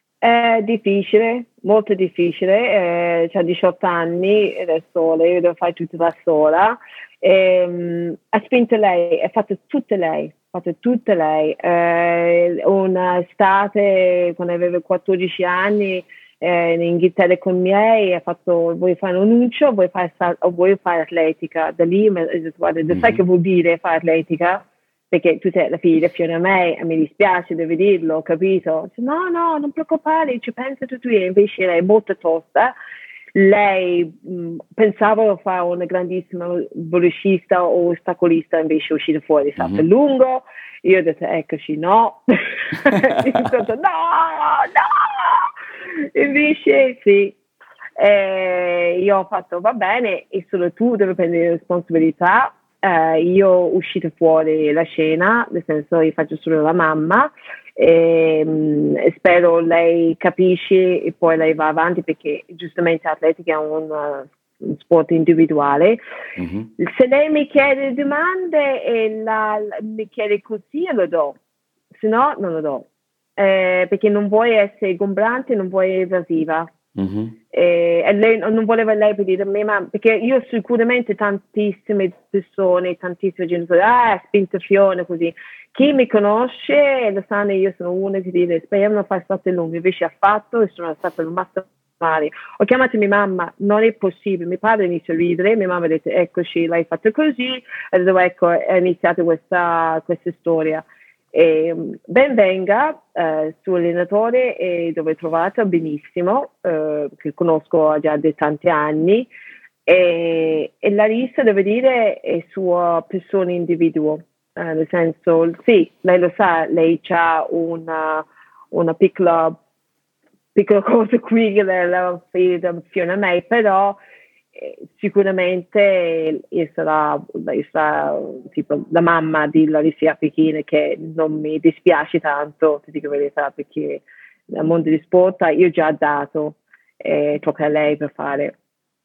È difficile, molto difficile, eh, c'ha diciotto anni, e adesso lei deve fare tutto da sola. Ehm, ha spinto lei, ha fatto tutte lei, ha fatto tutte lei. Eh, un'estate, quando avevo quattordici anni, eh, in Inghilterra con i miei, ha fatto, vuoi fare un annuncio, vuoi fare, vuoi fare atletica? Da lì mi ha detto, guarda, mm-hmm. sai che vuol dire fare atletica? Perché tu sei la figlia Fiona May, mi dispiace, devi dirlo, ho capito? Dice, no, no, non preoccupare, ci pensa tutto io. Invece lei è molto tosta. Lei mh, pensavo fare una grandissima velocista o ostacolista, invece è uscita fuori salto mm-hmm. lungo. Io ho detto, eccoci, no. Detto, no, no. Invece sì. Eh, io ho fatto, va bene, e solo tu devi prendere responsabilità. Uh, io uscita fuori la scena, nel senso io faccio solo la mamma e, um, e spero lei capisce e poi lei va avanti, perché giustamente atletica è un, uh, un sport individuale. Mm-hmm. Se lei mi chiede domande e la, la, mi chiede consiglio, lo do, se no non lo do, eh, perché non vuoi essere ingombrante, non vuoi evasiva. Mm-hmm. E, e lei non voleva lei per dire a me, ma perché io sicuramente tantissime persone, tantissimi genitori, ah, spinto Fiona così. Chi mi conosce lo sa, io sono una che dice speriamo non fare state lunghe, invece ha fatto e sono stata rimasta male. Ho chiamato mia mamma, non è possibile, mio padre inizia a ridere, mia mamma ha detto eccoci, l'hai fatto così, e detto, ecco è iniziata questa, questa storia. E, ben venga, eh, suo allenatore e dove trovato benissimo, eh, che conosco già da tanti anni, e, e Larissa, devo dire, è sua persona individuo, eh, nel senso, sì, lei lo sa, lei ha una, una piccola, piccola cosa qui che la figlia di Fiona May, però sicuramente io sarà, io sarà tipo la mamma di Larissa Pechine, che non mi dispiace tanto, ti dico la verità, perché nel mondo di sport io già dato e tocca a lei per fare.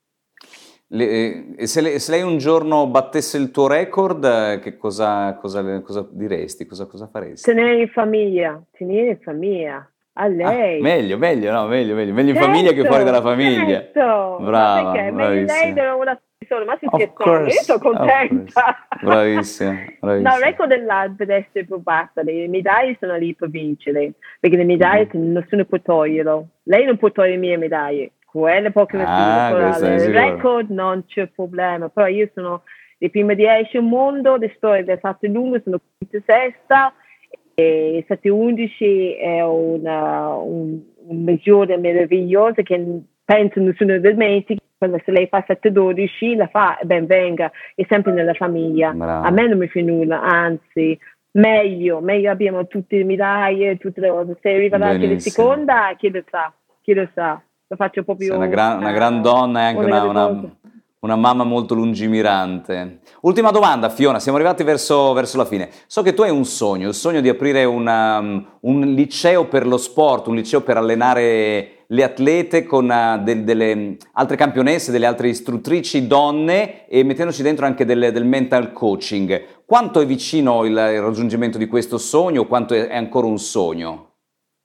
Le, e se, le, se lei un giorno battesse il tuo record, che cosa, cosa, cosa diresti? Cosa, cosa faresti? Tenere in famiglia, tenere in famiglia. A lei. Ah, meglio, meglio, no, meglio, meglio, meglio certo, in famiglia che fuori dalla famiglia. Certo. Brava, ma perché? Meglio lei della una persona, ma si scherzano, io sono contenta. Bravissima, bravissima. No, il record dell'Alp deve essere più bassa, le medaglie sono lì per vincere, perché le medaglie mm-hmm. nessuno può toglierlo. Lei non può togliere le mie medaglie, quelle poche ah, medaglie, il record non c'è problema, però io sono le prime dieci al mondo, le storie del salto lungo sono quinta e sesta, e sette undici è una, un, un misura meravigliosa che penso nessuno dimentica, se lei fa sette dodici la fa, ben venga, è sempre nella famiglia. Bravo. A me non mi fa nulla, anzi, meglio, meglio abbiamo tutte le medaglie, tutte le cose. Se arriva la seconda, chi lo sa, chi lo sa. Lo faccio proprio. Sei una gran, una gran donna e anche una, una, una mamma molto lungimirante. Ultima domanda, Fiona, siamo arrivati verso, verso la fine. So che tu hai un sogno, il sogno di aprire una, un liceo per lo sport, un liceo per allenare le atlete con uh, del, delle altre campionesse, delle altre istruttrici donne e mettendoci dentro anche del, del mental coaching. Quanto è vicino il, il raggiungimento di questo sogno? Quanto è, è ancora un sogno?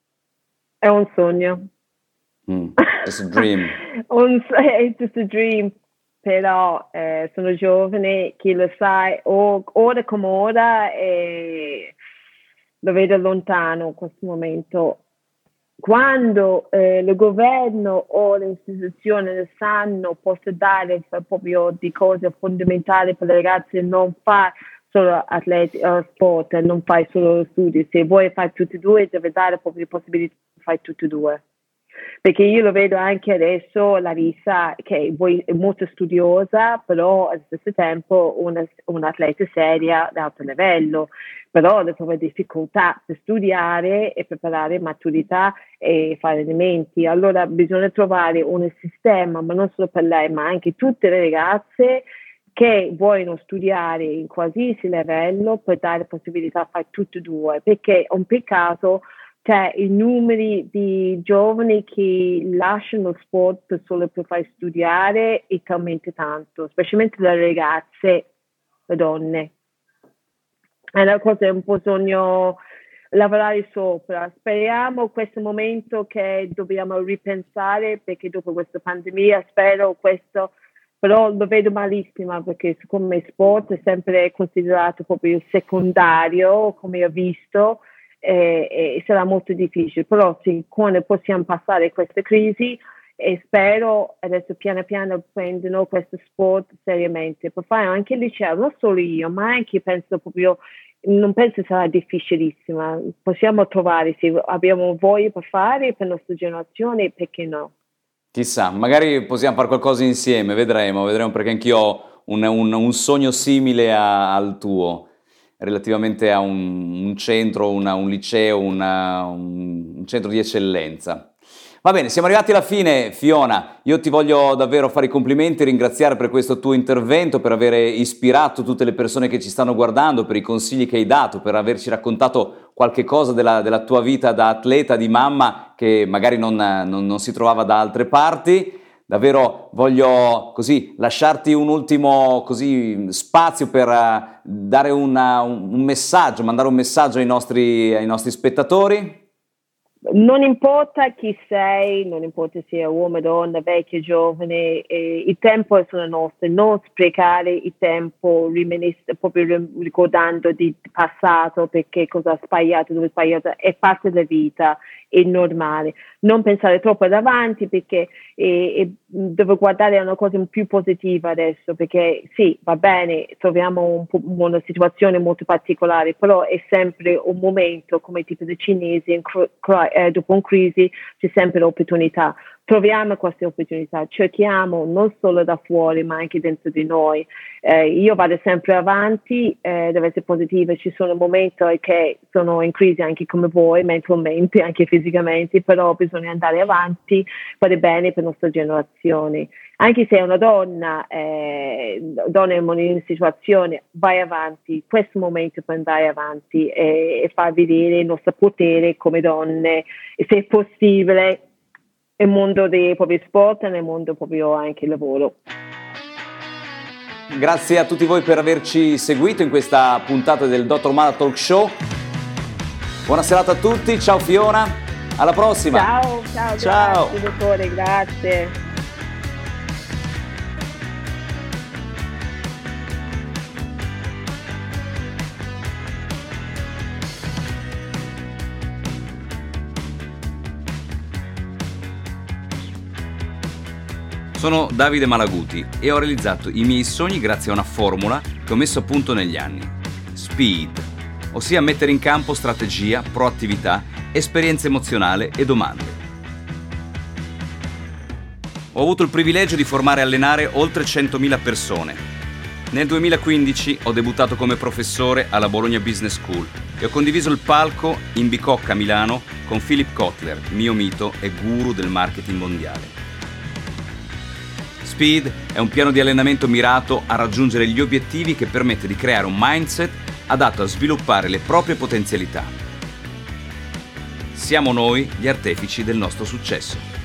È un sogno. Mm, it's a dream. un, it's just a dream. Però eh, sono giovane, chi lo sa, o, ora come ora eh, lo vedo lontano in questo momento. Quando eh, il governo o l'istituzione sanno posso dare proprio di cose fondamentali per le ragazze, non fare solo atleti, uh, sport, non fare solo studi. Se vuoi fare tutti e due, deve dare proprio la possibilità di fare tutti e due. Perché io lo vedo anche adesso, Larissa, che è molto studiosa, però allo stesso tempo una, un'atleta seria di alto livello, però le proprie difficoltà per studiare e preparare maturità e fare elementi. Allora bisogna trovare un sistema, ma non solo per lei, ma anche tutte le ragazze che vogliono studiare in qualsiasi livello per dare possibilità a fare tutte e due, perché è un peccato. Cioè, i numeri di giovani che lasciano lo sport per solo per far studiare è talmente tanto, specialmente le ragazze, le donne. È una cosa che un po' bisogna lavorare sopra. Speriamo questo momento che dobbiamo ripensare, perché dopo questa pandemia spero questo, però lo vedo malissimo, perché secondo me sport è sempre considerato proprio secondario, come ho visto. E, e sarà molto difficile, però sì, quando possiamo passare questa crisi e spero adesso piano piano prendono questo sport seriamente per fare anche il liceo, non solo io, ma anche penso proprio, non penso sarà difficilissima, possiamo trovare, se abbiamo voglia per fare per la nostra generazione, perché no? Chissà, magari possiamo fare qualcosa insieme, vedremo, vedremo perché anch'io ho un, un, un sogno simile a, al tuo. Relativamente a un, un centro, una, un liceo, una, un, un centro di eccellenza. Va bene, siamo arrivati alla fine, Fiona. Io ti voglio davvero fare i complimenti, ringraziare per questo tuo intervento, per aver ispirato tutte le persone che ci stanno guardando, per i consigli che hai dato, per averci raccontato qualche cosa della, della tua vita da atleta, di mamma, che magari non, non, non si trovava da altre parti. Davvero voglio così lasciarti un ultimo così spazio per uh, dare una, un, un messaggio, mandare un messaggio ai nostri, ai nostri spettatori. Non importa chi sei, non importa se sei uomo, donna, vecchio, giovane, eh, il tempo è solo nostro, non sprecare il tempo rimanere proprio ricordando di passato, perché cosa ha sbagliato, dove ha sbagliato, è parte della vita, è normale. Non pensare troppo davanti, perché eh, eh, devo guardare a una cosa più positiva adesso, perché sì, va bene, troviamo un po' una situazione molto particolare, però è sempre un momento, come tipo dei cinesi, in cr- cr- eh, dopo una crisi c'è sempre l'opportunità. Troviamo queste opportunità, cerchiamo non solo da fuori ma anche dentro di noi. Eh, io vado sempre avanti, eh, deve essere positiva, ci sono momenti che sono in crisi anche come voi, mentalmente, anche fisicamente, però bisogna andare avanti, fare bene per la nostra generazione. Anche se è una donna, eh, donna in una situazione, vai avanti, questo momento per andare avanti e, e far vedere il nostro potere come donne, e se è possibile, nel mondo dei propri sport e nel mondo proprio anche lavoro. Grazie a tutti voi per averci seguito in questa puntata del Dottor Mala Talk Show. Buona serata a tutti, ciao Fiona, alla prossima. Ciao, ciao, ciao. Grazie dottore, grazie. Sono Davide Malaguti e ho realizzato i miei sogni grazie a una formula che ho messo a punto negli anni. SPEED, ossia mettere in campo strategia, proattività, esperienza emozionale e domande. Ho avuto il privilegio di formare e allenare oltre centomila persone. Nel duemilaquindici ho debuttato come professore alla Bologna Business School e ho condiviso il palco in Bicocca, Milano, con Philip Kotler, mio mito e guru del marketing mondiale. Speed è un piano di allenamento mirato a raggiungere gli obiettivi che permette di creare un mindset adatto a sviluppare le proprie potenzialità. Siamo noi gli artefici del nostro successo.